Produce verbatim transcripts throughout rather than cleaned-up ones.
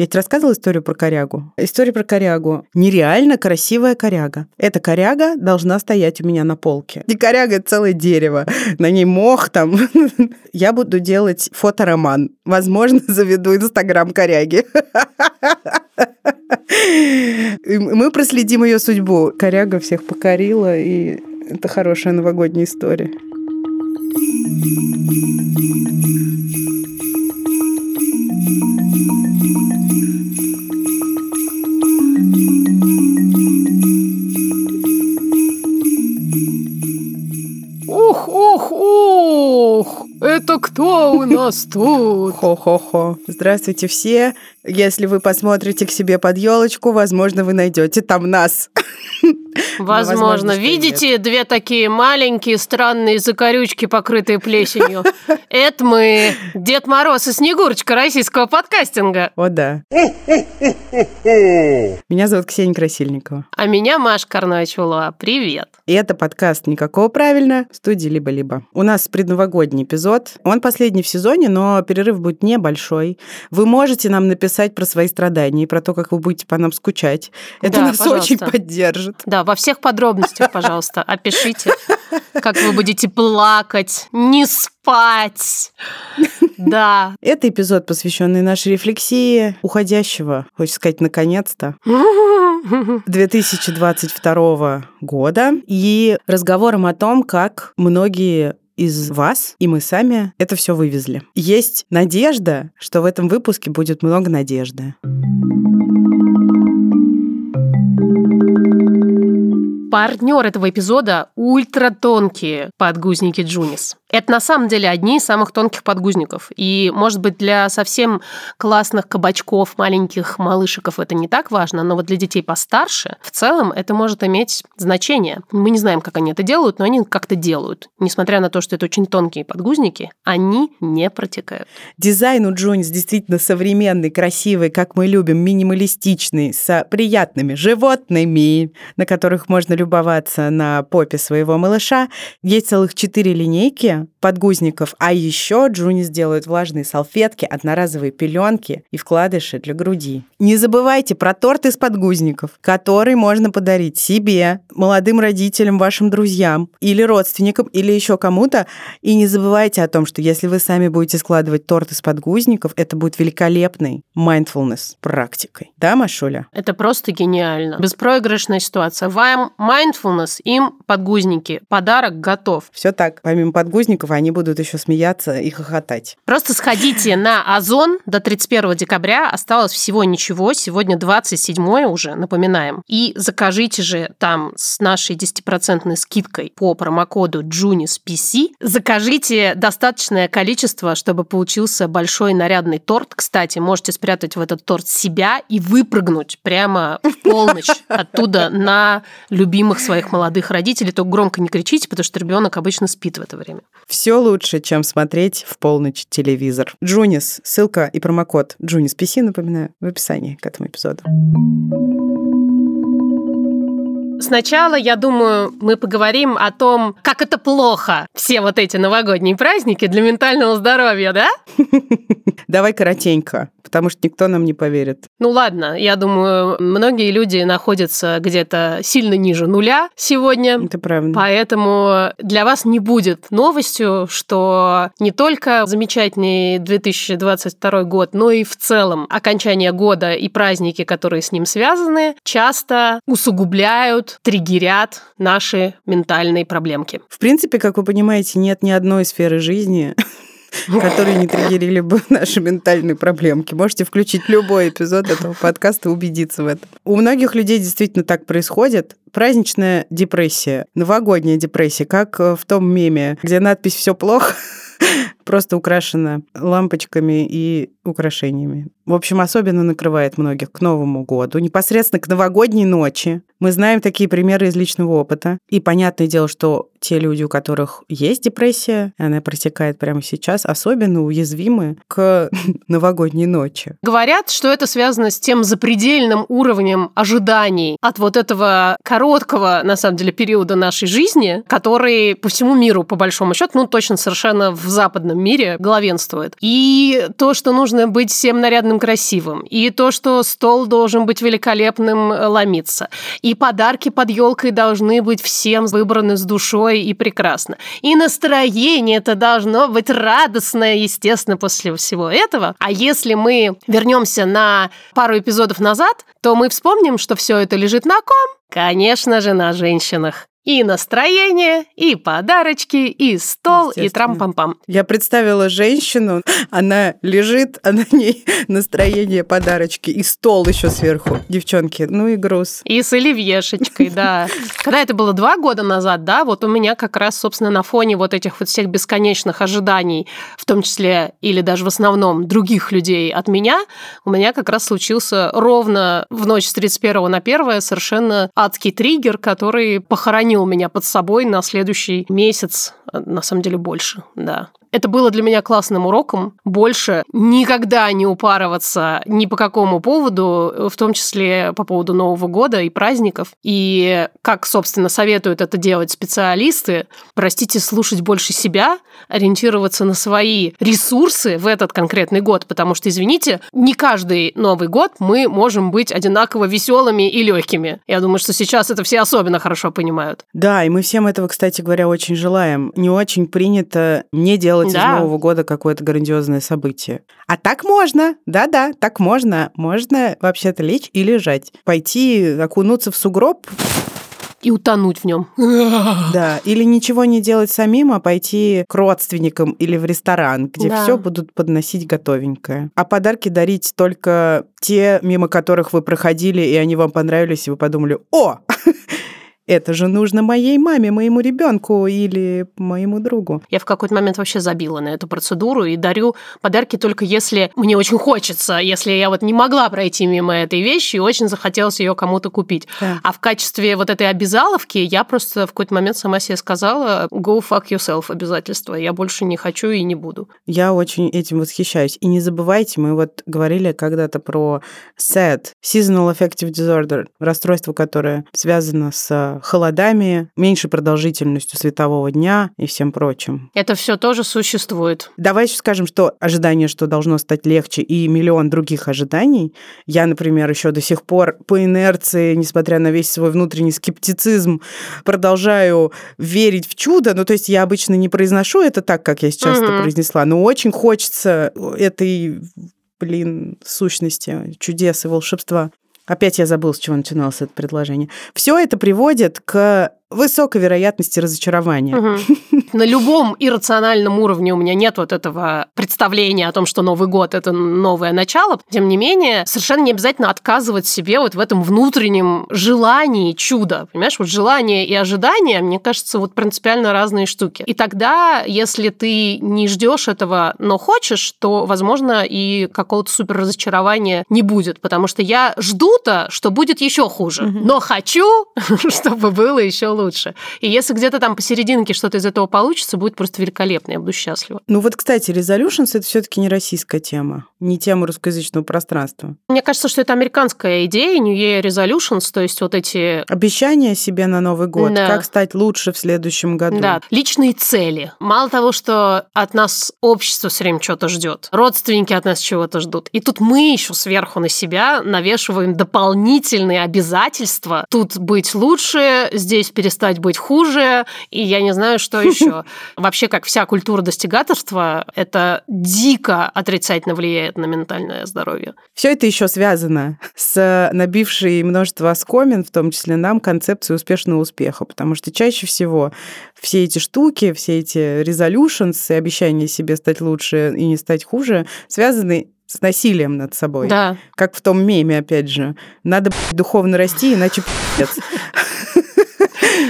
Я тебе рассказывала историю про корягу? История про корягу. Нереально красивая коряга. Эта коряга должна стоять у меня на полке. Не коряга, это целое дерево. На ней мох там. Я буду делать фотороман. Возможно, заведу инстаграм коряги. Мы проследим ее судьбу. Коряга всех покорила, и это хорошая новогодняя история. Ух, ух, ух! Это кто у нас тут? Хо-хо-хо. Здравствуйте все. Если вы посмотрите к себе под елочку, возможно, вы найдете там нас. Возможно. возможно Видите, две такие маленькие странные закорючки, покрытые плесенью? Это мы, Дед Мороз и Снегурочка российского подкастинга. О, да. Меня зовут Ксения Красильникова. А меня Маша Карнович-Улуа. Привет. И это подкаст «Никакого правильно» в студии «Либо-либо». У нас предновогодний эпизод. Он последний в сезоне, но перерыв будет небольшой. Вы можете нам написать про свои страдания и про то, как вы будете по нам скучать. Это да, нас пожалуйста. очень поддержит. Да, во всех подробностях, пожалуйста, опишите, как вы будете плакать, не спать. Да. Это эпизод, посвященный нашей рефлексии уходящего, хочется сказать, наконец-то, две тысячи двадцать второго года и разговором о том, как многие из вас и мы сами это все вывезли. Есть надежда, что в этом выпуске будет много надежды. Партнер этого эпизода – ультратонкие подгузники Джунис. Это на самом деле одни из самых тонких подгузников. И, может быть, для совсем классных кабачков, маленьких малышиков это не так важно, но вот для детей постарше в целом это может иметь значение. Мы не знаем, как они это делают, но они как-то делают. Несмотря на то, что это очень тонкие подгузники, они не протекают. Дизайн у Джунис действительно современный, красивый, как мы любим, минималистичный, с приятными животными, на которых можно любоваться на попе своего малыша. Есть целых четыре линейки подгузников, а еще Джунис делают влажные салфетки, одноразовые пеленки и вкладыши для груди. Не забывайте про торт из подгузников, который можно подарить себе, молодым родителям, вашим друзьям или родственникам, или еще кому-то. И не забывайте о том, что если вы сами будете складывать торт из подгузников, это будет великолепной mindfulness практикой. Да, Машуля? Это просто гениально. Беспроигрышная ситуация. Вам mindfulness, им подгузники. Подарок готов. Все так. Помимо подгузников, они будут еще смеяться и хохотать. Просто сходите на Озон до тридцать первого декабря. Осталось всего ничего. Сегодня двадцать седьмое уже, напоминаем. И закажите же там с нашей десятипроцентной скидкой по промокоду Джунис пи си. Закажите достаточное количество, чтобы получился большой нарядный торт. Кстати, можете спрятать в этот торт себя и выпрыгнуть прямо в полночь оттуда на любимых своих молодых родителей. Только громко не кричите, потому что ребенок обычно спит в это время. Все лучше, чем смотреть в полночь телевизор. Джунис, ссылка и промокод Джунис пи си, напоминаю, в описании к этому эпизоду. Сначала, я думаю, мы поговорим о том, как это плохо, все вот эти новогодние праздники для ментального здоровья, да? Давай коротенько, потому что никто нам не поверит. Ну ладно, я думаю, многие люди находятся где-то сильно ниже нуля сегодня. Это правда. Поэтому для вас не будет новостью, что не только замечательный две тысячи двадцать второй год, но и в целом окончание года и праздники, которые с ним связаны, часто усугубляют, триггерят наши ментальные проблемки. В принципе, как вы понимаете, нет ни одной сферы жизни, которые не триггерили бы наши ментальные проблемки. Можете включить любой эпизод этого подкаста и убедиться в этом. У многих людей действительно так происходит. Праздничная депрессия, новогодняя депрессия, как в том меме, где надпись «Все плохо», просто украшена лампочками и украшениями. В общем, особенно накрывает многих к Новому году, непосредственно к новогодней ночи. Мы знаем такие примеры из личного опыта. И понятное дело, что те люди, у которых есть депрессия, она протекает прямо сейчас, особенно уязвимы к новогодней ночи. Говорят, что это связано с тем запредельным уровнем ожиданий от вот этого короткого, на самом деле, периода нашей жизни, который по всему миру, по большому счету, ну, точно совершенно в западном мире главенствует. И то, что нужно быть всем нарядным, красивым, и то, что стол должен быть великолепным, ломиться, и подарки под елкой должны быть всем выбраны с душой и прекрасно. И настроение это должно быть радостное, естественно, после всего этого. А если мы вернемся на пару эпизодов назад, то мы вспомним, что все это лежит на ком? Конечно же, на женщинах. И настроение, и подарочки, и стол, и трам-пам-пам. Я представила женщину, она лежит, а на ней настроение, подарочки, и стол еще сверху. Девчонки, ну и груз. И с оливьешечкой, да. Когда это было два года назад, да, вот у меня как раз, собственно, на фоне вот этих вот всех бесконечных ожиданий, в том числе или даже в основном других людей от меня, у меня как раз случился ровно в ночь с тридцать первого на первое совершенно адский триггер, который похоронил меня под собой на следующий месяц, на самом деле больше, да. Это было для меня классным уроком. Больше никогда не упарываться ни по какому поводу, в том числе по поводу Нового года и праздников. И как, собственно, советуют это делать специалисты, простите, слушать больше себя, ориентироваться на свои ресурсы в этот конкретный год, потому что, извините, не каждый Новый год мы можем быть одинаково веселыми и легкими. Я думаю, что сейчас это все особенно хорошо понимают. Да, и мы всем этого, кстати говоря, очень желаем. Не очень принято не делать да. из Нового года какое-то грандиозное событие. А так можно, да-да, так можно. Можно вообще-то лечь и лежать. Пойти окунуться в сугроб и утонуть в нем. Да, или ничего не делать самим, а пойти к родственникам или в ресторан, где да. все будут подносить готовенькое. А подарки дарить только те, мимо которых вы проходили, и они вам понравились, и вы подумали: о! Это же нужно моей маме, моему ребенку или моему другу. Я в какой-то момент вообще забила на эту процедуру и дарю подарки только если мне очень хочется, если я вот не могла пройти мимо этой вещи и очень захотелось ее кому-то купить. Да. А в качестве вот этой обязаловки я просто в какой-то момент сама себе сказала: go fuck yourself, обязательство. Я больше не хочу и не буду. Я очень этим восхищаюсь. И не забывайте, мы вот говорили когда-то про эс эй ди, Seasonal Affective Disorder, расстройство, которое связано с холодами, меньшей продолжительностью светового дня и всем прочим. Это все тоже существует. Давай еще скажем, что ожидание, что должно стать легче, и миллион других ожиданий. Я, например, еще до сих пор по инерции, несмотря на весь свой внутренний скептицизм, продолжаю верить в чудо. Ну, то есть я обычно не произношу это так, как я сейчас это произнесла, но очень хочется этой, блин, сущности, чудес и волшебства. Опять я забыл, с чего начиналось это предложение. Все это приводит к высокой вероятности разочарования. Угу. На любом иррациональном уровне у меня нет вот этого представления о том, что Новый год – это новое начало. Тем не менее, совершенно не обязательно отказывать себе вот в этом внутреннем желании чуда. Понимаешь, вот желание и ожидание, мне кажется, вот принципиально разные штуки. И тогда, если ты не ждешь этого, но хочешь, то, возможно, и какого-то супер разочарования не будет. Потому что я жду-то, что будет еще хуже. Угу. Но хочу, чтобы было еще лучше. лучше. И если где-то там посерединке что-то из этого получится, будет просто великолепно, я буду счастлива. Ну вот, кстати, resolutions — это все-таки не российская тема, не тема русскоязычного пространства. Мне кажется, что это американская идея, New Year Resolutions, то есть вот эти... Обещания себе на Новый год, да. Как стать лучше в следующем году. Да, личные цели. Мало того, что от нас общество все время что-то ждет, родственники от нас чего-то ждут, и тут мы еще сверху на себя навешиваем дополнительные обязательства. Тут быть лучше, здесь перестать стать быть хуже, и я не знаю, что еще. Вообще, как вся культура достигаторства, это дико отрицательно влияет на ментальное здоровье. Все это еще связано с набившей множество оскомин, в том числе нам, концепцией успешного успеха, потому что чаще всего все эти штуки, все эти resolutions и обещания себе стать лучше и не стать хуже связаны с насилием над собой. Да. Как в том меме, опять же. Надо духовно расти, иначе пи***ц.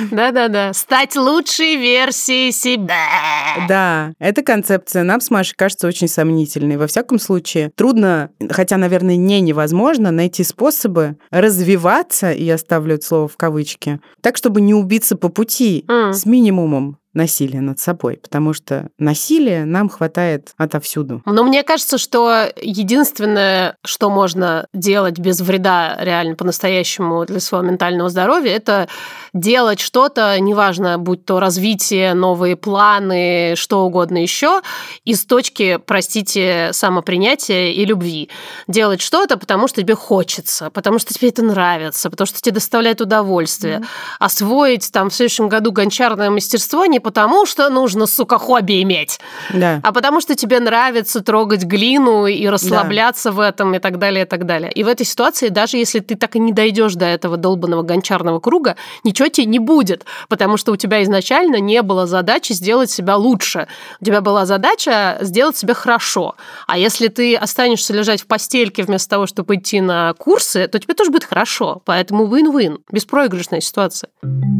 Да-да-да. Стать лучшей версией себя. Да, эта концепция нам с Машей кажется очень сомнительной. Во всяком случае, трудно, хотя, наверное, не невозможно, найти способы развиваться, и я ставлю это слово в кавычки, так, чтобы не убиться по пути mm. с минимумом насилия над собой, потому что насилия нам хватает отовсюду. Но мне кажется, что единственное, что можно делать без вреда реально по-настоящему для своего ментального здоровья, это делать что-то, неважно, будь то развитие, новые планы, что угодно еще, из точки, простите, самопринятия и любви. Делать что-то, потому что тебе хочется, потому что тебе это нравится, потому что тебе доставляет удовольствие. Mm. Освоить там в следующем году гончарное мастерство не потому, что нужно, сука, хобби иметь, да. а потому что тебе нравится трогать глину и расслабляться да. в этом и так далее, и так далее. И в этой ситуации, даже если ты так и не дойдешь до этого долбанного гончарного круга, ничего тебе не будет, потому что у тебя изначально не было задачи сделать себя лучше. У тебя была задача сделать себя хорошо. А если ты останешься лежать в постельке вместо того, чтобы идти на курсы, то тебе тоже будет хорошо. Поэтому win-win, беспроигрышная ситуация.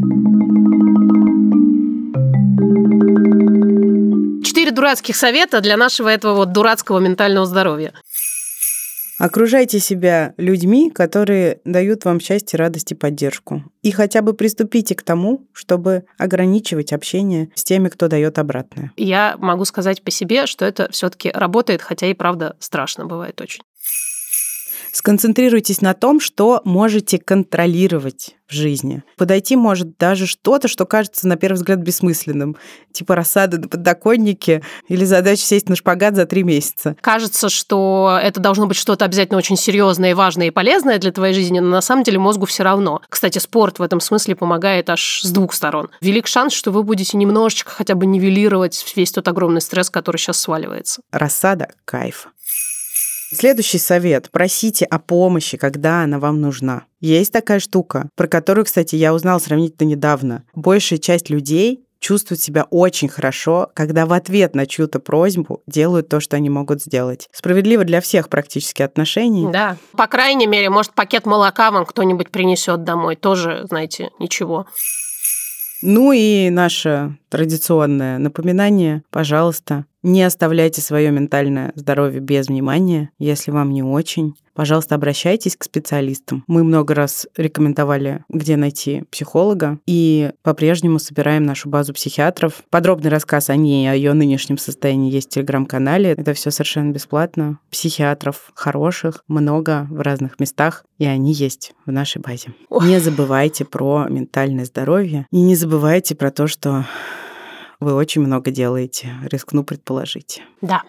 Четыре дурацких совета для нашего этого вот дурацкого ментального здоровья. Окружайте себя людьми, которые дают вам счастье, радость и поддержку. И хотя бы приступите к тому, чтобы ограничивать общение с теми, кто дает обратное. Я могу сказать по себе, что это все-таки работает, хотя и правда страшно бывает очень. Сконцентрируйтесь на том, что можете контролировать в жизни. Подойти может даже что-то, что кажется на первый взгляд бессмысленным, типа рассады на подоконнике или задача сесть на шпагат за три месяца. Кажется, что это должно быть что-то обязательно очень серьезное, важное и полезное для твоей жизни, но на самом деле мозгу все равно. Кстати, спорт в этом смысле помогает аж с двух сторон. Велик шанс, что вы будете немножечко хотя бы нивелировать весь тот огромный стресс, который сейчас сваливается. Рассада – кайф. Следующий совет. Просите о помощи, когда она вам нужна. Есть такая штука, про которую, кстати, я узнала сравнительно недавно. Большая часть людей чувствуют себя очень хорошо, когда в ответ на чью-то просьбу делают то, что они могут сделать. Справедливо для всех практически отношений. Да. По крайней мере, может, пакет молока вам кто-нибудь принесет домой. Тоже, знаете, ничего. Ну и наше традиционное напоминание, пожалуйста, не оставляйте свое ментальное здоровье без внимания, если вам не очень. Пожалуйста, обращайтесь к специалистам. Мы много раз рекомендовали, где найти психолога, и по-прежнему собираем нашу базу психиатров. Подробный рассказ о ней, о ее нынешнем состоянии есть в Телеграм-канале. Это все совершенно бесплатно. Психиатров хороших много в разных местах, и они есть в нашей базе. Ой. Не забывайте про ментальное здоровье, и не забывайте про то, что вы очень много делаете, рискну предположить. Да.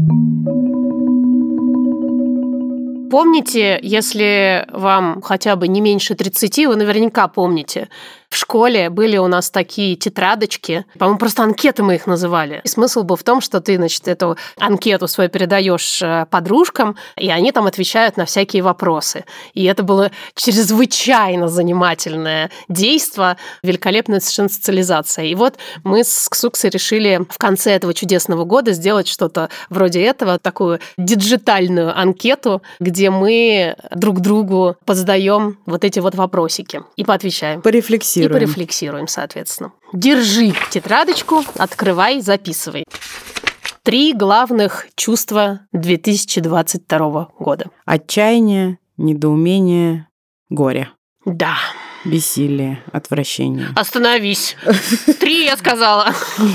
Помните, если вам хотя бы не меньше тридцати, вы наверняка помните, в школе были у нас такие тетрадочки, по-моему, просто анкеты мы их называли. И смысл был в том, что ты, значит, эту анкету свою передаешь подружкам, и они там отвечают на всякие вопросы. И это было чрезвычайно занимательное действо, великолепная совершенно социализация. И вот мы с Ксуксой решили в конце этого чудесного года сделать что-то вроде этого, такую диджитальную анкету, где мы друг другу позадаем вот эти вот вопросики и поотвечаем. Порефлексируем. И порефлексируем, соответственно. Держи тетрадочку, открывай, записывай. Три главных чувства две тысячи двадцать второго года. Отчаяние, недоумение, горе. Да. Бессилие, отвращение. Остановись. Три, я сказала.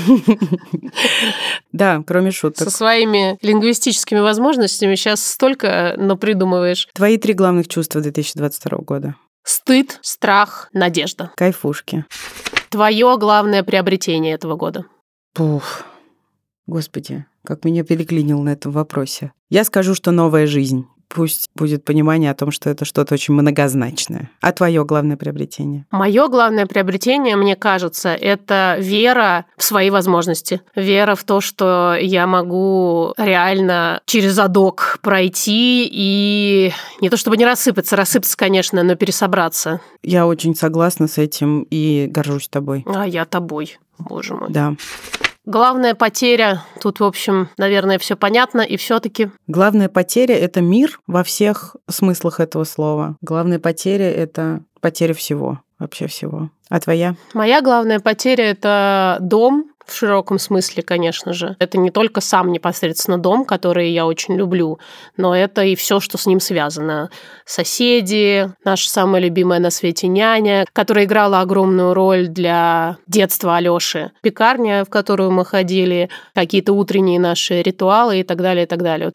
Да, кроме шуток. Со своими лингвистическими возможностями сейчас столько напридумываешь. Твои три главных чувства две тысячи двадцать второго года. Стыд, страх, надежда. Кайфушки. Твое главное приобретение этого года. Пуф. Господи, как меня переклинило на этом вопросе. Я скажу, что новая жизнь. Пусть будет понимание о том, что это что-то очень многозначное. А твое главное приобретение? Мое главное приобретение, мне кажется, это вера в свои возможности. Вера в то, что я могу реально через адок пройти и не то чтобы не рассыпаться, рассыпаться, конечно, но пересобраться. Я очень согласна с этим и горжусь тобой. А я тобой, боже мой. Да. Главная потеря, тут, в общем, наверное, все понятно, и все-таки. Главная потеря – это мир во всех смыслах этого слова. Главная потеря – это потеря всего. вообще всего. А твоя? Моя главная потеря – это дом. В широком смысле, конечно же. Это не только сам непосредственно дом, который я очень люблю, но это и все, что с ним связано. Соседи, наша самая любимая на свете няня, которая играла огромную роль для детства Алёши, пекарня, в которую мы ходили, какие-то утренние наши ритуалы и так далее, и так далее.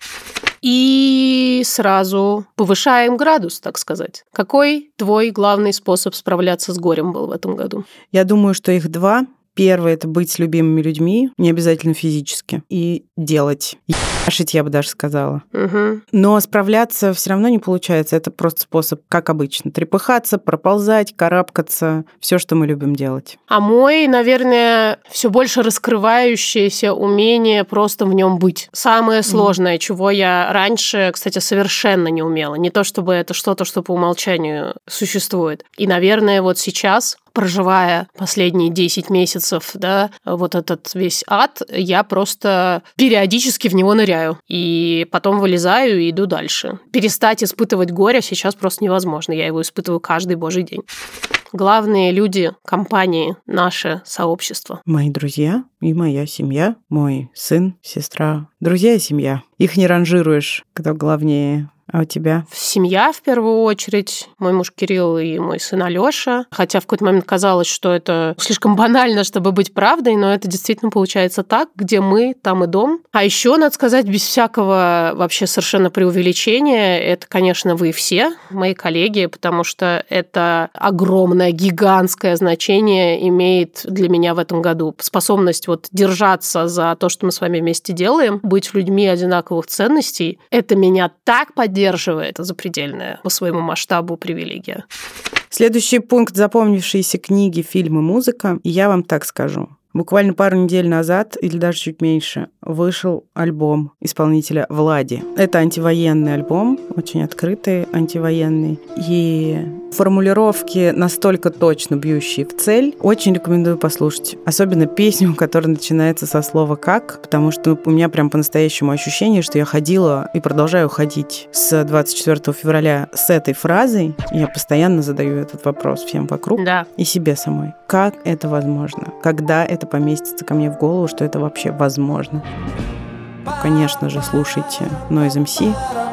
И сразу повышаем градус, так сказать. Какой твой главный способ справляться с горем был в этом году? Я думаю, что их два. Первое – это быть с любимыми людьми, не обязательно физически, и делать. Ебашить, я бы даже сказала. Угу. Но справляться все равно не получается. Это просто способ, как обычно. Трепыхаться, проползать, карабкаться. Все, что мы любим делать. А мой, наверное, все больше раскрывающееся умение просто в нем быть. Самое сложное, mm. чего я раньше, кстати, совершенно не умела. Не то чтобы это что-то, что по умолчанию существует. И, наверное, вот сейчас, проживая последние десять месяцев, да, вот этот весь ад, я просто периодически в него ныряю. И потом вылезаю и иду дальше. Перестать испытывать горе сейчас просто невозможно. Я его испытываю каждый божий день. Главные люди компании, наше сообщество. Мои друзья и моя семья, мой сын, сестра. Друзья и семья. Их не ранжируешь, кто главнее. А у тебя? Семья, в первую очередь. Мой муж Кирилл и мой сын Алёша. Хотя в какой-то момент казалось, что это слишком банально, чтобы быть правдой, но это действительно получается так. Где мы, там и дом. А еще, надо сказать, без всякого вообще совершенно преувеличения, это, конечно, вы все, мои коллеги, потому что это огромное, гигантское значение имеет для меня в этом году. Способность вот держаться за то, что мы с вами вместе делаем, быть людьми одинаковых ценностей, это меня так поддерживает. Поддерживает запредельная по своему масштабу привилегия. Следующий пункт – запомнившиеся книги, фильмы, музыка. И я вам так скажу. Буквально пару недель назад, или даже чуть меньше, вышел альбом исполнителя Влади. Это антивоенный альбом, очень открытый, антивоенный. И формулировки настолько точно бьющие в цель. Очень рекомендую послушать. Особенно песню, которая начинается со слова «как», потому что у меня прям по-настоящему ощущение, что я ходила и продолжаю ходить с двадцать четвёртого февраля с этой фразой. Я постоянно задаю этот вопрос всем вокруг. Да. И себе самой. Как это возможно? Когда это поместится ко мне в голову, что это вообще возможно? Конечно же, слушайте Noise эм си.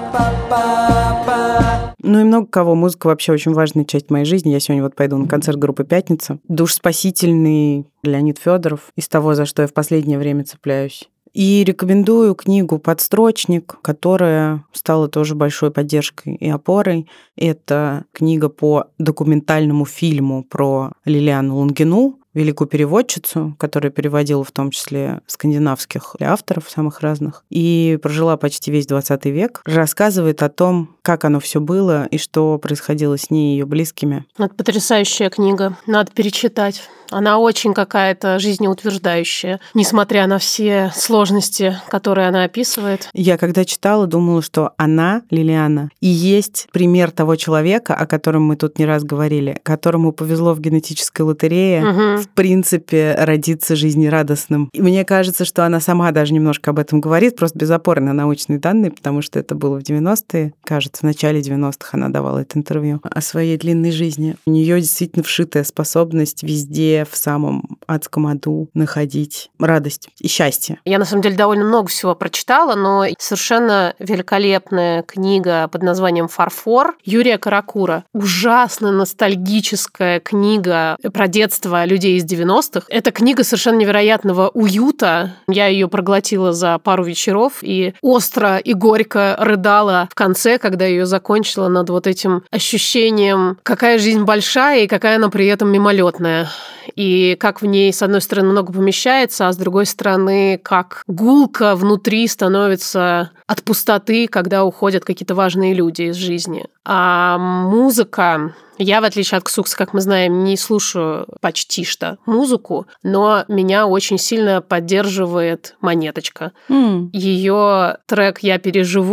Ну и много кого. Музыка вообще очень важная часть моей жизни. Я сегодня вот пойду на концерт группы «Пятница». Душ спасительный Леонид Федоров из того, за что я в последнее время цепляюсь. И рекомендую книгу «Подстрочник», которая стала тоже большой поддержкой и опорой. Это книга по документальному фильму про Лилиану Лунгину, великую переводчицу, которая переводила в том числе скандинавских авторов самых разных, и прожила почти весь двадцатый век, рассказывает о том, как оно все было и что происходило с ней и ее близкими. Это потрясающая книга, надо перечитать. Она очень какая-то жизнеутверждающая, несмотря на все сложности, которые она описывает. Я когда читала, думала, что она, Лилиана, и есть пример того человека, о котором мы тут не раз говорили, которому повезло в генетической лотерее, угу. в принципе, родиться жизнерадостным. И мне кажется, что она сама даже немножко об этом говорит, просто без опоры на научные данные, потому что это было в девяностые, кажется, в начале девяностых она давала это интервью о своей длинной жизни. У нее действительно вшитая способность везде в самом адском аду находить радость и счастье. Я, на самом деле, довольно много всего прочитала, но совершенно великолепная книга под названием «Фарфор» Юрия Каракура. Ужасно ностальгическая книга про детство людей из девяностых. Это книга совершенно невероятного уюта. Я ее проглотила за пару вечеров и остро и горько рыдала в конце, когда ее закончила, над вот этим ощущением, какая жизнь большая и какая она при этом мимолетная. И как в ней, с одной стороны, много помещается, а с другой стороны, как гулко внутри становится от пустоты, когда уходят какие-то важные люди из жизни. А музыка... Я, в отличие от Ксукса, как мы знаем, не слушаю почти что музыку, но меня очень сильно поддерживает Монеточка. Mm. Ее трек «Я переживу»,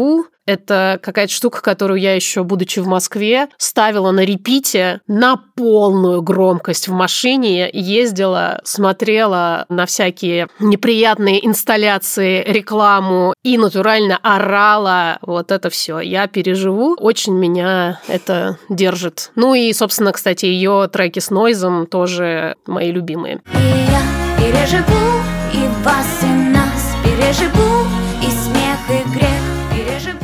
Это какая-то штука, которую я еще, будучи в Москве, ставила на репите на полную громкость в машине, ездила, смотрела на всякие неприятные инсталляции, рекламу и натурально орала. Вот это все я переживу. Очень меня это держит. Ну и, собственно, кстати, ее треки с нойзом тоже мои любимые. И я переживу и вас, и нас переживу, и смех, и грех переживу.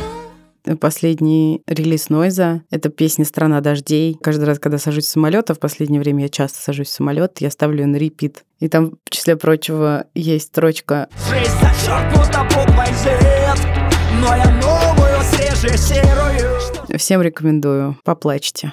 Последний релиз Нойза — это песня «Страна дождей». Каждый раз, когда сажусь в самолет, а в последнее время я часто сажусь в самолет, я ставлю ее на репит. И там, в числе прочего, есть строчка «Жизнь зачеркнута буквой Z, но я новую, свежую, серую». Всем рекомендую, поплачьте.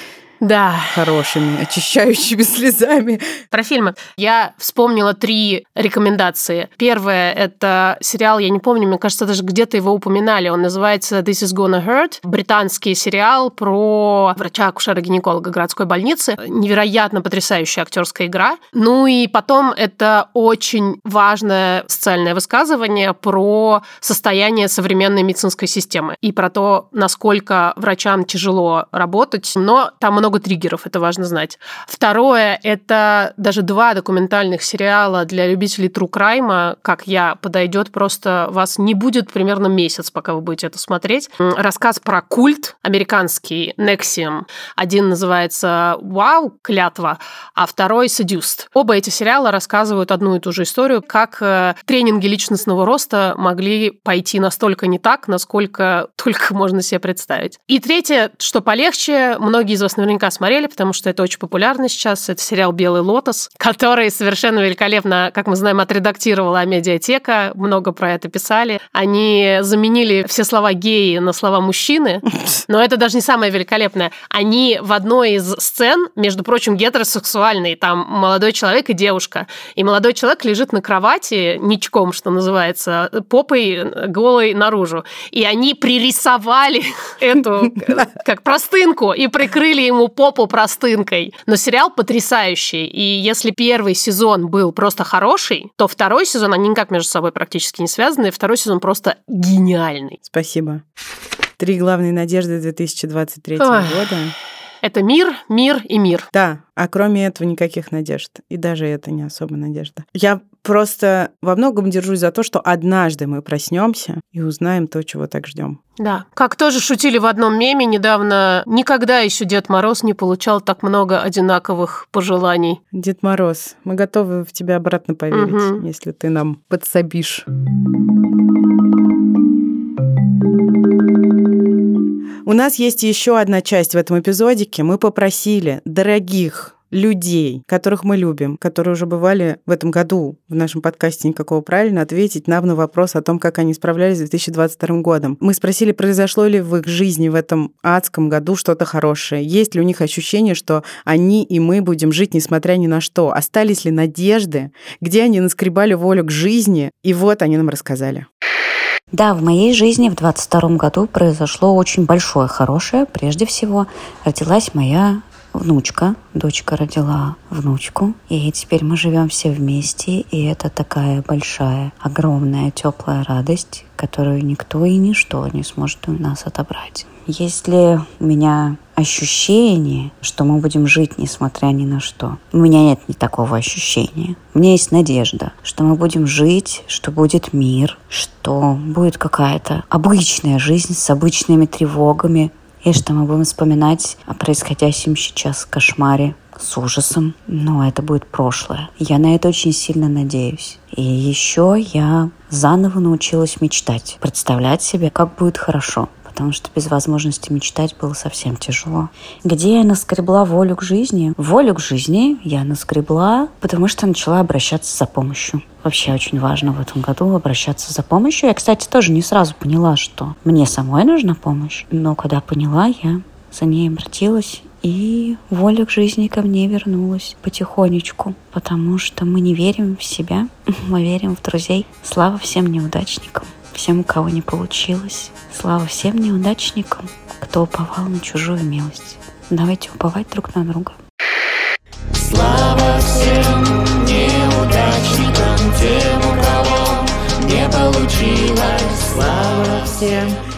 Да. Хорошими, очищающими слезами. Про фильмы. Я вспомнила три рекомендации. Первое — это сериал, я не помню, мне кажется, даже где-то его упоминали. Он называется «This is Gonna Hurt». Британский сериал про врача-акушера-гинеколога городской больницы. Невероятно потрясающая актерская игра. Ну и потом это очень важное социальное высказывание про состояние современной медицинской системы и про то, насколько врачам тяжело работать. Но там много триггеров, это важно знать. Второе — это даже два документальных сериала для любителей true crime, как я, подойдет, просто вас не будет примерно месяц, пока вы будете это смотреть. Рассказ про культ американский, Nexium. Один называется «Вау, клятва», а второй «Seduced». Оба эти сериала рассказывают одну и ту же историю, как тренинги личностного роста могли пойти настолько не так, насколько только можно себе представить. И третье, что полегче, многие из вас наверняка смотрели, потому что это очень популярно сейчас. Это сериал «Белый лотос», который совершенно великолепно, как мы знаем, отредактировала Амедиатека. Много про это писали. Они заменили все слова «геи» на слова «мужчины». Но это даже не самое великолепное. Они в одной из сцен, между прочим, гетеросексуальные. Там молодой человек и девушка. И молодой человек лежит на кровати ничком, что называется, попой голой наружу. И они пририсовали эту как простынку и прикрыли ему попу простынкой. Но сериал потрясающий. И если первый сезон был просто хороший, то второй сезон, они никак между собой практически не связаны, и второй сезон просто гениальный. Спасибо. Три главные надежды две тысячи двадцать третьего Ой. года. Это мир, мир и мир. Да, а кроме этого никаких надежд. И даже это не особо надежда. Я просто во многом держусь за то, что однажды мы проснемся и узнаем то, чего так ждем. Да. Как тоже шутили в одном меме недавно, никогда еще Дед Мороз не получал так много одинаковых пожеланий. Дед Мороз, мы готовы в тебя обратно поверить, угу. если ты нам подсобишь. У нас есть еще одна часть в этом эпизодике. Мы попросили дорогих людей, которых мы любим, которые уже бывали в этом году в нашем подкасте «Никакого правильно», ответить нам на вопрос о том, как они справлялись с две тысячи двадцать вторым годом. Мы спросили, произошло ли в их жизни в этом адском году что-то хорошее. Есть ли у них ощущение, что они и мы будем жить несмотря ни на что? Остались ли надежды? Где они наскребали волю к жизни? И вот они нам рассказали. Да, в моей жизни в двадцать втором году произошло очень большое хорошее. Прежде всего, родилась моя внучка. Дочка родила внучку. И теперь мы живем все вместе. И это такая большая, огромная, теплая радость, которую никто и ничто не сможет у нас отобрать. Есть ли у меня ощущение, что мы будем жить, несмотря ни на что? У меня нет ни такого ощущения. У меня есть надежда, что мы будем жить, что будет мир, что будет какая-то обычная жизнь с обычными тревогами, и что мы будем вспоминать о происходящем сейчас кошмаре с ужасом. Но это будет прошлое. Я на это очень сильно надеюсь. И еще я заново научилась мечтать, представлять себе, как будет хорошо. Потому что без возможности мечтать было совсем тяжело. Где я наскребла волю к жизни? Волю к жизни я наскребла, потому что начала обращаться за помощью. Вообще очень важно в этом году обращаться за помощью. Я, кстати, тоже не сразу поняла, что мне самой нужна помощь. Но когда поняла, я за ней обратилась. И воля к жизни ко мне вернулась потихонечку. Потому что мы не верим в себя, мы верим в друзей. Слава всем неудачникам. Всем, у кого не получилось. Слава всем неудачникам, кто уповал на чужую милость. Давайте уповать друг на друга. Слава всем неудачникам, тем, у кого не получилось. Слава всем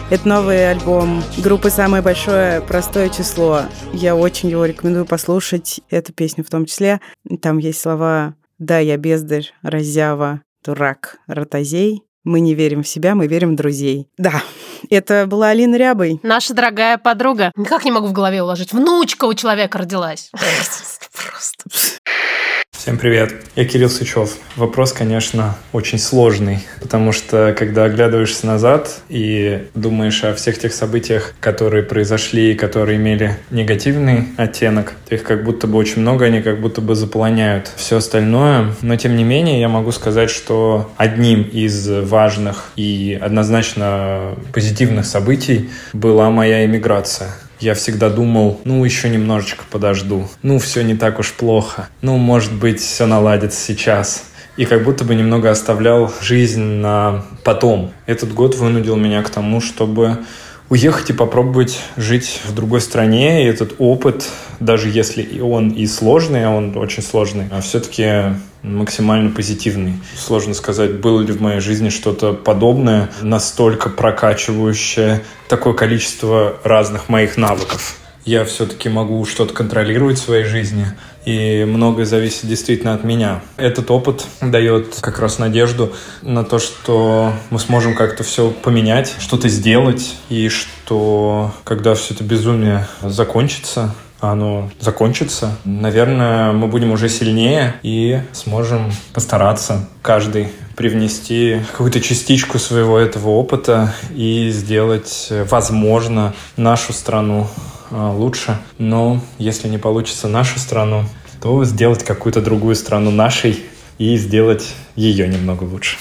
Это новый альбом группы «Самое большое простое число». Я очень его рекомендую послушать, эту песню в том числе. Там есть слова «Да, я бездарь, раззява, дурак, ротозей. Мы не верим в себя, мы верим в друзей». Да, это была Алина Рябой. Наша дорогая подруга. Никак не могу в голове уложить. Внучка у человека родилась. Просто... Всем привет, я Кирилл Сычев. Вопрос, конечно, очень сложный, потому что, когда оглядываешься назад и думаешь о всех тех событиях, которые произошли, которые имели негативный оттенок, то их как будто бы очень много, они как будто бы заполоняют все остальное. Но, тем не менее, я могу сказать, что одним из важных и однозначно позитивных событий была моя эмиграция. Я всегда думал, ну, еще немножечко подожду. Ну, все не так уж плохо. Ну, может быть, все наладится сейчас. И как будто бы немного оставлял жизнь на потом. Этот год вынудил меня к тому, чтобы уехать и попробовать жить в другой стране. И этот опыт, даже если он и сложный, а он очень сложный, а все-таки максимально позитивный. Сложно сказать, было ли в моей жизни что-то подобное, настолько прокачивающее такое количество разных моих навыков. Я все-таки могу что-то контролировать в своей жизни, и многое зависит действительно от меня. Этот опыт дает как раз надежду на то, что мы сможем как-то все поменять, что-то сделать, и что когда все это безумие закончится, оно закончится, наверное, мы будем уже сильнее и сможем постараться каждый привнести какую-то частичку своего этого опыта и сделать, возможно, нашу страну лучше. Но если не получится нашу страну, то сделать какую-то другую страну нашей и сделать ее немного лучше.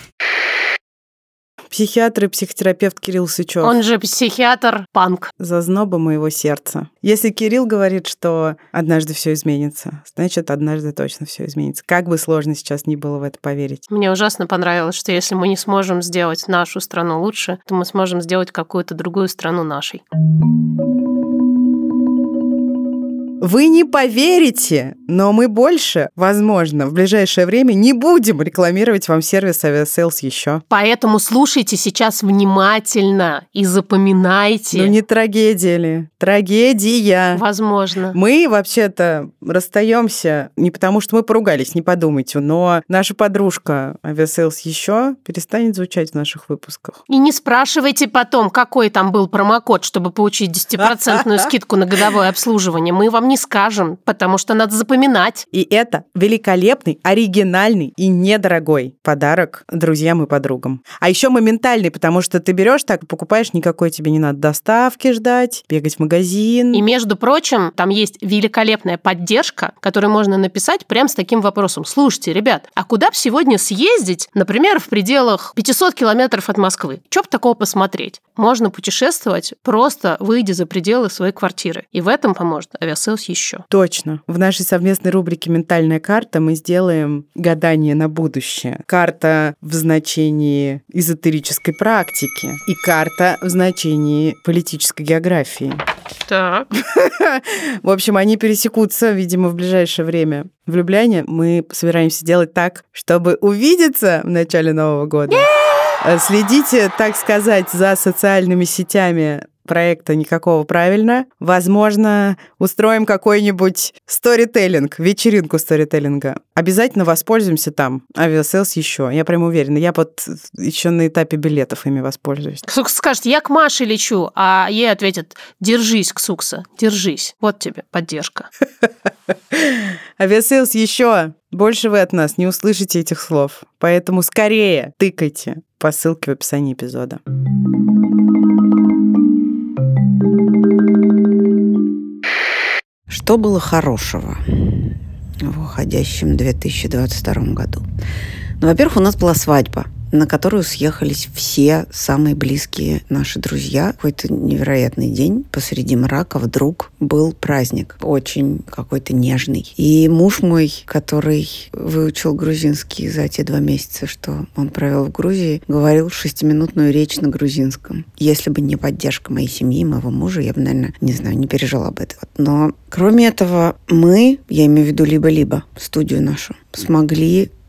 Психиатр и психотерапевт Кирилл Сычев. Он же психиатр-панк. Зазноба моего сердца. Если Кирилл говорит, что однажды все изменится, значит, однажды точно все изменится. Как бы сложно сейчас ни было в это поверить. Мне ужасно понравилось, что если мы не сможем сделать нашу страну лучше, то мы сможем сделать какую-то другую страну нашей. Вы не поверите, но мы больше, возможно, в ближайшее время не будем рекламировать вам сервис Aviasales еще. Поэтому слушайте сейчас внимательно и запоминайте. Ну не трагедия ли? Трагедия. Возможно. Мы вообще-то расстаемся не потому, что мы поругались, не подумайте, но наша подружка Aviasales еще перестанет звучать в наших выпусках. И не спрашивайте потом, какой там был промокод, чтобы получить десятипроцентную скидку на годовое обслуживание. Мы вам не скажем, потому что надо запоминать. И это великолепный, оригинальный и недорогой подарок друзьям и подругам. А еще моментальный, потому что ты берешь так, покупаешь, никакой тебе не надо доставки ждать, бегать в магазин. И, между прочим, там есть великолепная поддержка, которую можно написать прямо с таким вопросом. Слушайте, ребят, а куда бы сегодня съездить, например, в пределах пятьсот километров от Москвы? Чё бы такого посмотреть? Можно путешествовать, просто выйдя за пределы своей квартиры. И в этом поможет Aviasales еще. Точно. В нашей совместной рубрике «Ментальная карта» мы сделаем гадание на будущее. Карта в значении эзотерической практики и карта в значении политической географии. Так. В общем, они пересекутся, видимо, в ближайшее время. В Любляне мы собираемся делать так, чтобы увидеться в начале Нового года. Следите, так сказать, за социальными сетями проекта «Никакого правильно». Возможно, устроим какой-нибудь сторителлинг, вечеринку сторителлинга. Обязательно воспользуемся там. Aviasales еще. Я прям уверена. Я вот еще на этапе билетов ими воспользуюсь. Ксукса скажет, я к Маше лечу, а ей ответят, держись, Ксукса, держись. Вот тебе поддержка. Aviasales еще. Больше вы от нас не услышите этих слов. Поэтому скорее тыкайте по ссылке в описании эпизода. Что было хорошего в уходящем две тысячи двадцать втором году? Ну, во-первых, у нас была свадьба, на которую съехались все самые близкие наши друзья. Какой-то невероятный день. Посреди мрака вдруг был праздник. Очень какой-то нежный. И муж мой, который выучил грузинский за те два месяца, что он провел в Грузии, говорил шестиминутную речь на грузинском. Если бы не поддержка моей семьи, моего мужа, я бы, наверное, не знаю, не пережила бы этого. Но кроме этого, мы, я имею в виду либо-либо, студию нашу, смогли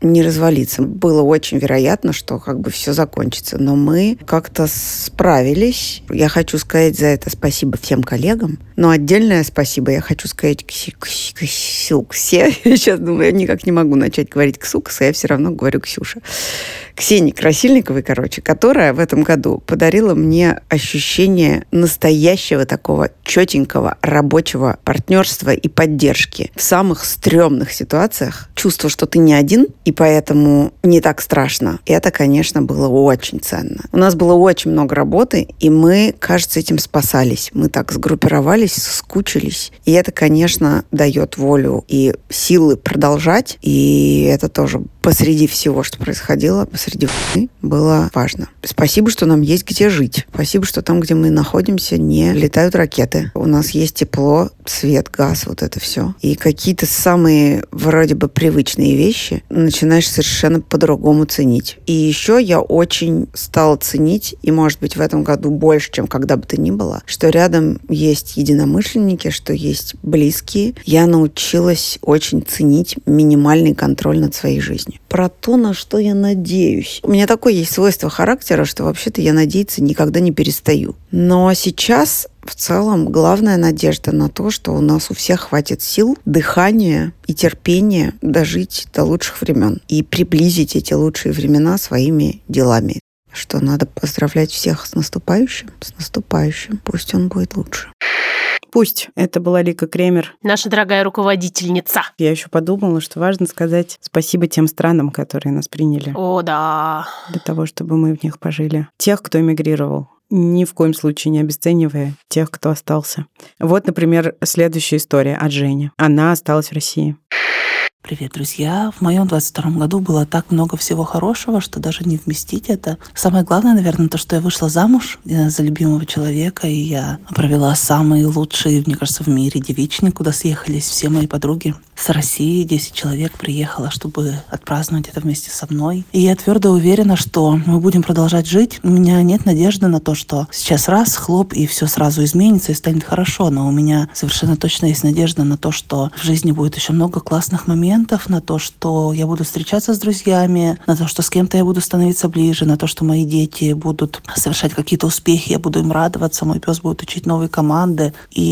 не развалиться. Было очень вероятно, что как бы все закончится. Но мы как-то справились. Я хочу сказать за это спасибо всем коллегам. Но отдельное спасибо я хочу сказать Кси, Кси, Ксюксе. Я сейчас думаю, я никак не могу начать говорить Ксукса, я все равно говорю Ксюша. Ксении Красильниковой, короче, которая в этом году подарила мне ощущение настоящего такого четенького рабочего партнерства и поддержки в самых стрёмных ситуациях. Чувство, что ты не один, и поэтому не так страшно. И это, конечно, было очень ценно. У нас было очень много работы, и мы, кажется, этим спасались. Мы так сгруппировались, скучились. И это, конечно, дает волю и силы продолжать. И это тоже посреди всего, что происходило, посреди войны, было важно. Спасибо, что нам есть где жить. Спасибо, что там, где мы находимся, не летают ракеты. У нас есть тепло, свет, газ, вот это все. И какие-то самые вроде бы привычные вещи начинаешь совершенно по-другому ценить. И еще я очень стала ценить, и, может быть, в этом году больше, чем когда бы то ни было, что рядом есть единомышленники, что есть близкие. Я научилась очень ценить минимальный контроль над своей жизнью. Про то, на что я надеюсь. У меня такое есть свойство характера, что вообще-то я надеяться никогда не перестаю. Но сейчас в целом главная надежда на то, что у нас у всех хватит сил, дыхания и терпения дожить до лучших времен и приблизить эти лучшие времена своими делами. Что надо поздравлять всех с наступающим, с наступающим. Пусть он будет лучше. Пусть. Это была Лика Кремер. Наша дорогая руководительница. Я еще подумала, что важно сказать спасибо тем странам, которые нас приняли. О, да. Для того, чтобы мы в них пожили. Тех, кто эмигрировал. Ни в коем случае не обесценивая тех, кто остался. Вот, например, следующая история от Жени. Она осталась в России. Привет, друзья! В моем двадцать втором году было так много всего хорошего, что даже не вместить это. Самое главное, наверное, то, что я вышла замуж за любимого человека, и я провела самый лучший, мне кажется, в мире девичник, куда съехались все мои подруги. С России десять человек приехало, чтобы отпраздновать это вместе со мной. И я твердо уверена, что мы будем продолжать жить. У меня нет надежды на то, что сейчас раз, хлоп, и все сразу изменится и станет хорошо. Но у меня совершенно точно есть надежда на то, что в жизни будет еще много классных моментов, на то, что я буду встречаться с друзьями, на то, что с кем-то я буду становиться ближе, на то, что мои дети будут совершать какие-то успехи, я буду им радоваться, мой пес будет учить новые команды.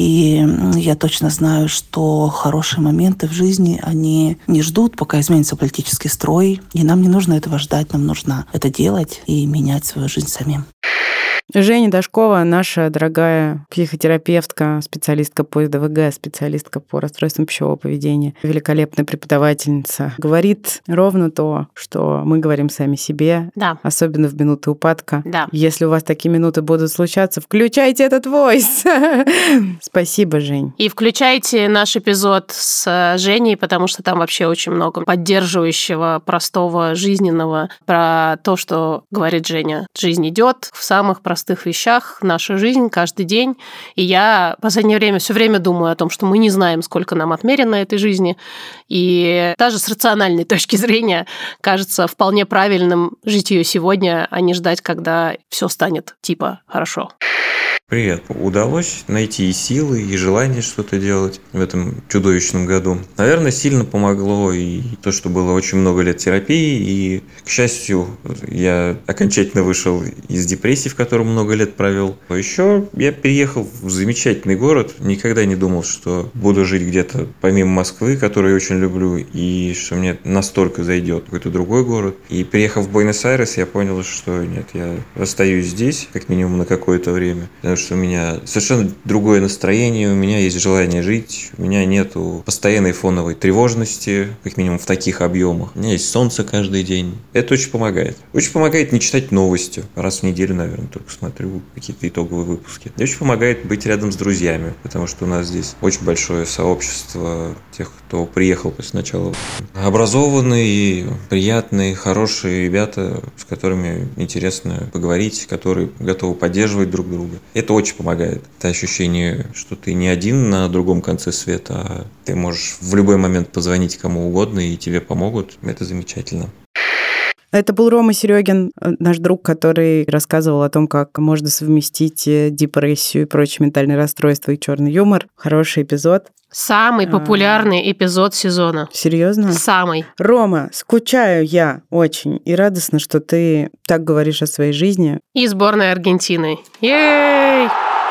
И я точно знаю, что хорошие моменты в жизни, они не ждут, пока изменится политический строй, и нам не нужно этого ждать, нам нужно это делать и менять свою жизнь самим. Женя Дашкова, наша дорогая психотерапевтка, специалистка по эс дэ вэ гэ, специалистка по расстройствам пищевого поведения, великолепная преподавательница, говорит ровно то, что мы говорим сами себе, да. Особенно в минуты упадка. Да. Если у вас такие минуты будут случаться, включайте этот войс. Спасибо, Жень. И включайте наш эпизод с Женей, потому что там вообще очень много поддерживающего, простого, жизненного, про то, что говорит Женя. Жизнь идет в самых простых вещах, наша жизнь каждый день. И я в последнее время все время думаю о том, что мы не знаем, сколько нам отмерено этой жизни. И даже с рациональной точки зрения кажется вполне правильным жить ее сегодня, а не ждать, когда все станет типа хорошо. Привет. Удалось найти и силы, и желание что-то делать в этом чудовищном году. Наверное, сильно помогло и то, что было очень много лет терапии, и, к счастью, я окончательно вышел из депрессии, в котором много лет провел. А еще я переехал в замечательный город. Никогда не думал, что буду жить где-то помимо Москвы, которую я очень люблю, и что мне настолько зайдет какой-то другой город. И приехав в Буэнос-Айрес, я понял, что нет, я остаюсь здесь, как минимум на какое-то время. Потому что у меня совершенно другое настроение, у меня есть желание жить, у меня нету постоянной фоновой тревожности, как минимум в таких объемах. У меня есть солнце каждый день. Это очень помогает. Очень помогает не читать новости. Раз в неделю, наверное, только смотрю какие-то итоговые выпуски. И очень помогает быть рядом с друзьями, потому что у нас здесь очень большое сообщество тех, кто приехал после начала. Образованные, приятные, хорошие ребята, с которыми интересно поговорить, которые готовы поддерживать друг друга. Это очень помогает. Это ощущение, что ты не один на другом конце света, а ты можешь в любой момент позвонить кому угодно, и тебе помогут. Это замечательно. Это был Рома Серегин, наш друг, который рассказывал о том, как можно совместить депрессию и прочие ментальные расстройства и черный юмор. Хороший эпизод. Самый популярный эпизод сезона. Серьезно? Самый. Рома, скучаю я очень. И радостно, что ты так говоришь о своей жизни. И сборной Аргентины. Ей!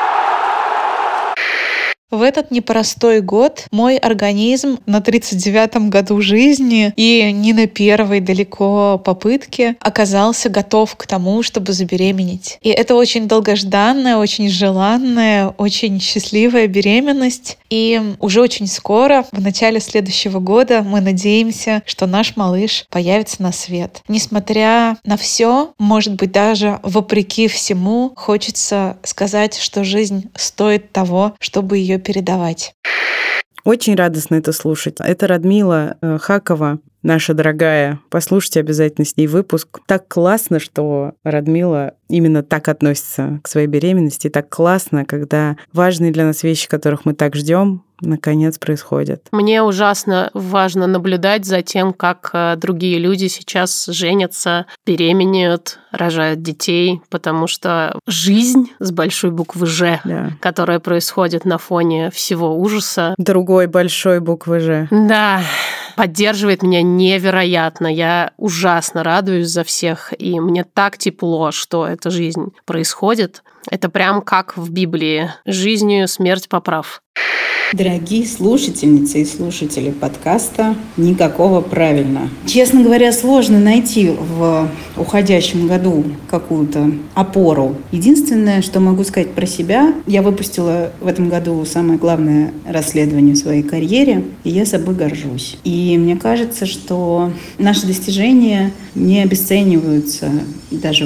В этот непростой год мой организм на тридцать девятом году жизни и не на первой далеко попытке оказался готов к тому, чтобы забеременеть. И это очень долгожданная, очень желанная, очень счастливая беременность. И уже очень скоро, в начале следующего года, мы надеемся, что наш малыш появится на свет. Несмотря на все, может быть, даже вопреки всему, хочется сказать, что жизнь стоит того, чтобы ее передавать. Очень радостно это слушать. Это Радмила Хакова, наша дорогая. Послушайте обязательно с ней выпуск. Так классно, что Радмила именно так относится к своей беременности. Так классно, когда важные для нас вещи, которых мы так ждем, наконец происходят. Мне ужасно важно наблюдать за тем, как другие люди сейчас женятся, беременеют, рожают детей, потому что жизнь с большой буквы «Ж», да, которая происходит на фоне всего ужаса. Другой большой буквы «Ж». Да, поддерживает меня невероятно. Я ужасно радуюсь за всех, и мне так тепло, что эта жизнь происходит. Это прям как в Библии. Жизнью смерть поправ. Дорогие слушательницы и слушатели подкаста «Никакого правильно». Честно говоря, сложно найти в уходящем году какую-то опору. Единственное, что могу сказать про себя, я выпустила в этом году самое главное расследование в своей карьере, и я собой горжусь. И мне кажется, что наши достижения не обесцениваются даже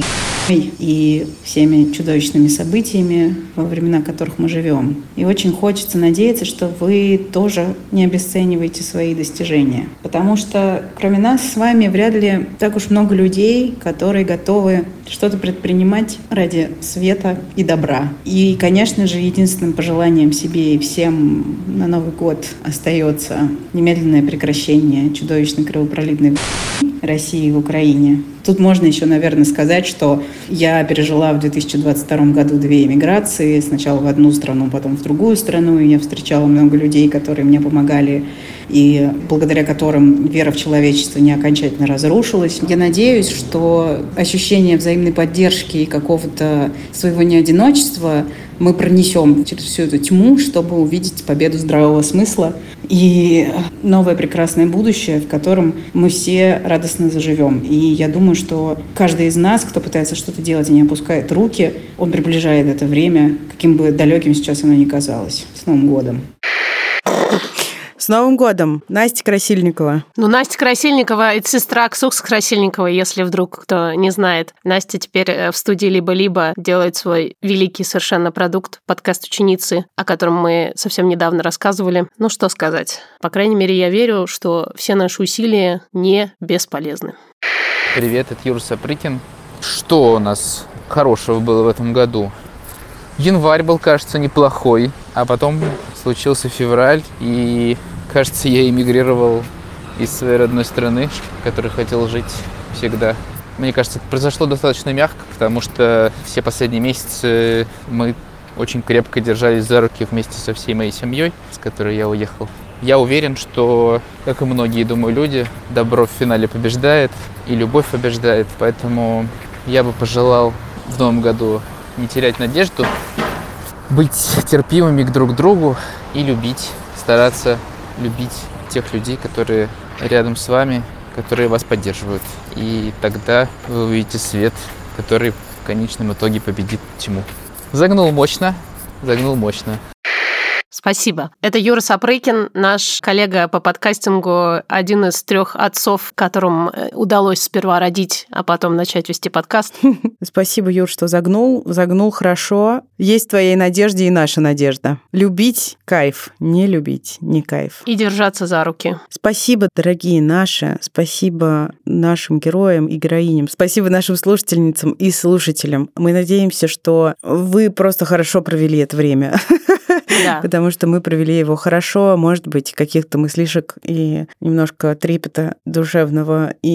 и всеми чудовищными событиями, во времена которых мы живем. И очень хочется надеяться, что вы тоже не обесцениваете свои достижения. Потому что кроме нас с вами вряд ли так уж много людей, которые готовы что-то предпринимать ради света и добра. И, конечно же, единственным пожеланием себе и всем на Новый год остается немедленное прекращение чудовищной кровопролитной России в Украине. Тут можно еще, наверное, сказать, что я пережила в две тысячи двадцать втором году две эмиграции. Сначала в одну страну, потом в другую страну. И я встречала много людей, которые мне помогали, и благодаря которым вера в человечество не окончательно разрушилась. Я надеюсь, что ощущение взаимной поддержки и какого-то своего неодиночества мы пронесем через всю эту тьму, чтобы увидеть победу здравого смысла и новое прекрасное будущее, в котором мы все радостно заживем. И я думаю, что каждый из нас, кто пытается что-то делать и не опускает руки, он приближает это время, каким бы далеким сейчас оно ни казалось. С Новым годом! С Новым годом! Настя Красильникова. Ну, Настя Красильникова – это сестра Ксукс Красильниковой, если вдруг кто не знает. Настя теперь в студии «Либо-либо» делает свой великий совершенно продукт, подкаст «Ученицы», о котором мы совсем недавно рассказывали. Ну, что сказать. По крайней мере, я верю, что все наши усилия не бесполезны. Привет, это Юра Сапрыкин. Что у нас хорошего было в этом году? Январь был, кажется, неплохой, а потом случился февраль, и, кажется, я эмигрировал из своей родной страны, в которой хотел жить всегда. Мне кажется, это произошло достаточно мягко, потому что все последние месяцы мы очень крепко держались за руки вместе со всей моей семьей, с которой я уехал. Я уверен, что, как и многие, думаю, люди, добро в финале побеждает, и любовь побеждает, поэтому я бы пожелал в новом году не терять надежду, быть терпимыми друг к другу и любить, стараться любить тех людей, которые рядом с вами, которые вас поддерживают. И тогда вы увидите свет, который в конечном итоге победит тьму. Загнул мощно, загнул мощно. Спасибо. Это Юра Сапрыкин, наш коллега по подкастингу, один из трех отцов, которым удалось сперва родить, а потом начать вести подкаст. Спасибо, Юр, что загнул. Загнул хорошо. Есть в твоей надежде и наша надежда. Любить – кайф. Не любить – не кайф. И держаться за руки. Спасибо, дорогие наши. Спасибо нашим героям и героиням. Спасибо нашим слушательницам и слушателям. Мы надеемся, что вы просто хорошо провели это время. Да. Потому что мы провели его хорошо, может быть, каких-то мыслишек и немножко трепета душевного, и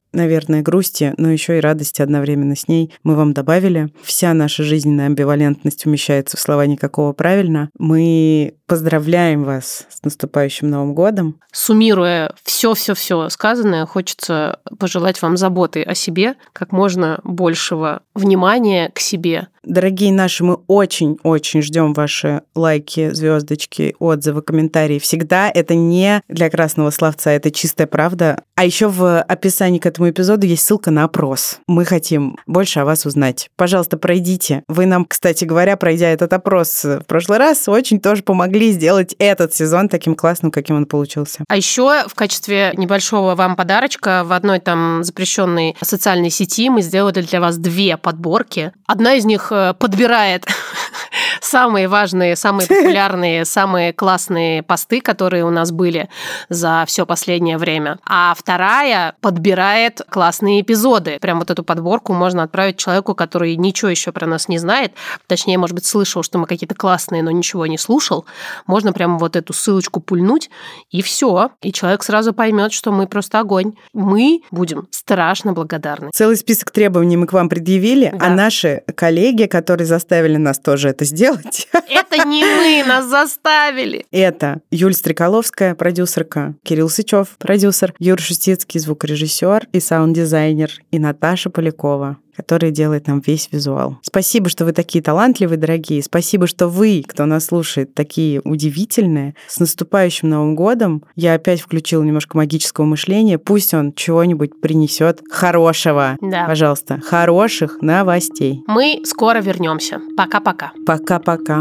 наверное, грусти, но еще и радости одновременно с ней мы вам добавили. Вся наша жизненная амбивалентность умещается в слова «никакого правильно». Мы поздравляем вас с наступающим Новым годом. Суммируя все-все-все сказанное, хочется пожелать вам заботы о себе, как можно большего внимания к себе. Дорогие наши, мы очень-очень ждем ваши лайки, звездочки, отзывы, комментарии. Всегда это не для красного словца, это чистая правда. А еще в описании к этому эпизоду есть ссылка на опрос. Мы хотим больше о вас узнать. Пожалуйста, пройдите. Вы нам, кстати говоря, пройдя этот опрос в прошлый раз, очень тоже помогли сделать этот сезон таким классным, каким он получился. А еще в качестве небольшого вам подарочка в одной там запрещенной социальной сети мы сделали для вас две подборки. Одна из них подбирает самые важные, самые популярные, самые классные посты, которые у нас были за все последнее время. А вторая подбирает классные эпизоды. Прям вот эту подборку можно отправить человеку, который ничего еще про нас не знает. Точнее, может быть, слышал, что мы какие-то классные, но ничего не слушал. Можно прямо вот эту ссылочку пульнуть, и все. И человек сразу поймет, что мы просто огонь. Мы будем страшно благодарны. Целый список требований мы к вам предъявили, да. А наши коллеги, которые заставили нас тоже это сделать... Это не мы, нас заставили. Это Юль Стрекаловская, продюсерка, Кирилл Сычев, продюсер, Юра Шустицкий, звукорежиссер и саунд-дизайнер, и Наташа Полякова, которая делает нам весь визуал. Спасибо, что вы такие талантливые, дорогие. Спасибо, что вы, кто нас слушает, такие удивительные. С наступающим Новым годом. Я опять включила немножко магического мышления. Пусть он чего-нибудь принесет хорошего. Да. Пожалуйста, хороших новостей. Мы скоро вернемся. Пока-пока. Пока-пока.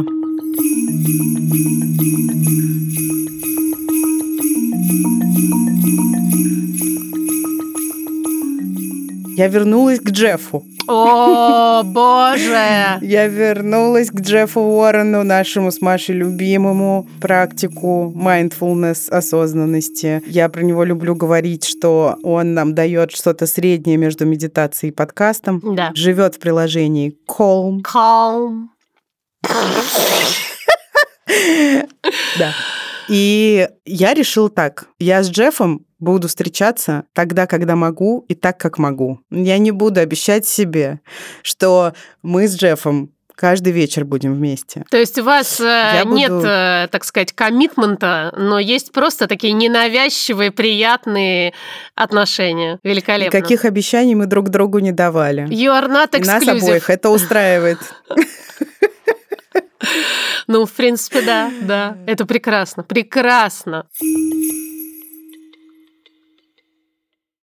Я вернулась к Джеффу. О, боже! Я вернулась к Джеффу Уоррену, нашему с Машей любимому практику mindfulness, осознанности. Я про него люблю говорить, что он нам дает что-то среднее между медитацией и подкастом. Да. Живет в приложении Calm. Calm. Да. И я решила так. Я с Джеффом буду встречаться тогда, когда могу, и так, как могу. Я не буду обещать себе, что мы с Джеффом каждый вечер будем вместе. То есть у вас Я нет, буду... так сказать, коммитмента, но есть просто такие ненавязчивые, приятные отношения. Великолепно. Никаких обещаний мы друг другу не давали. You are not exclusive. Нас обоих это устраивает. Ну, в принципе, да, да. Это прекрасно, прекрасно.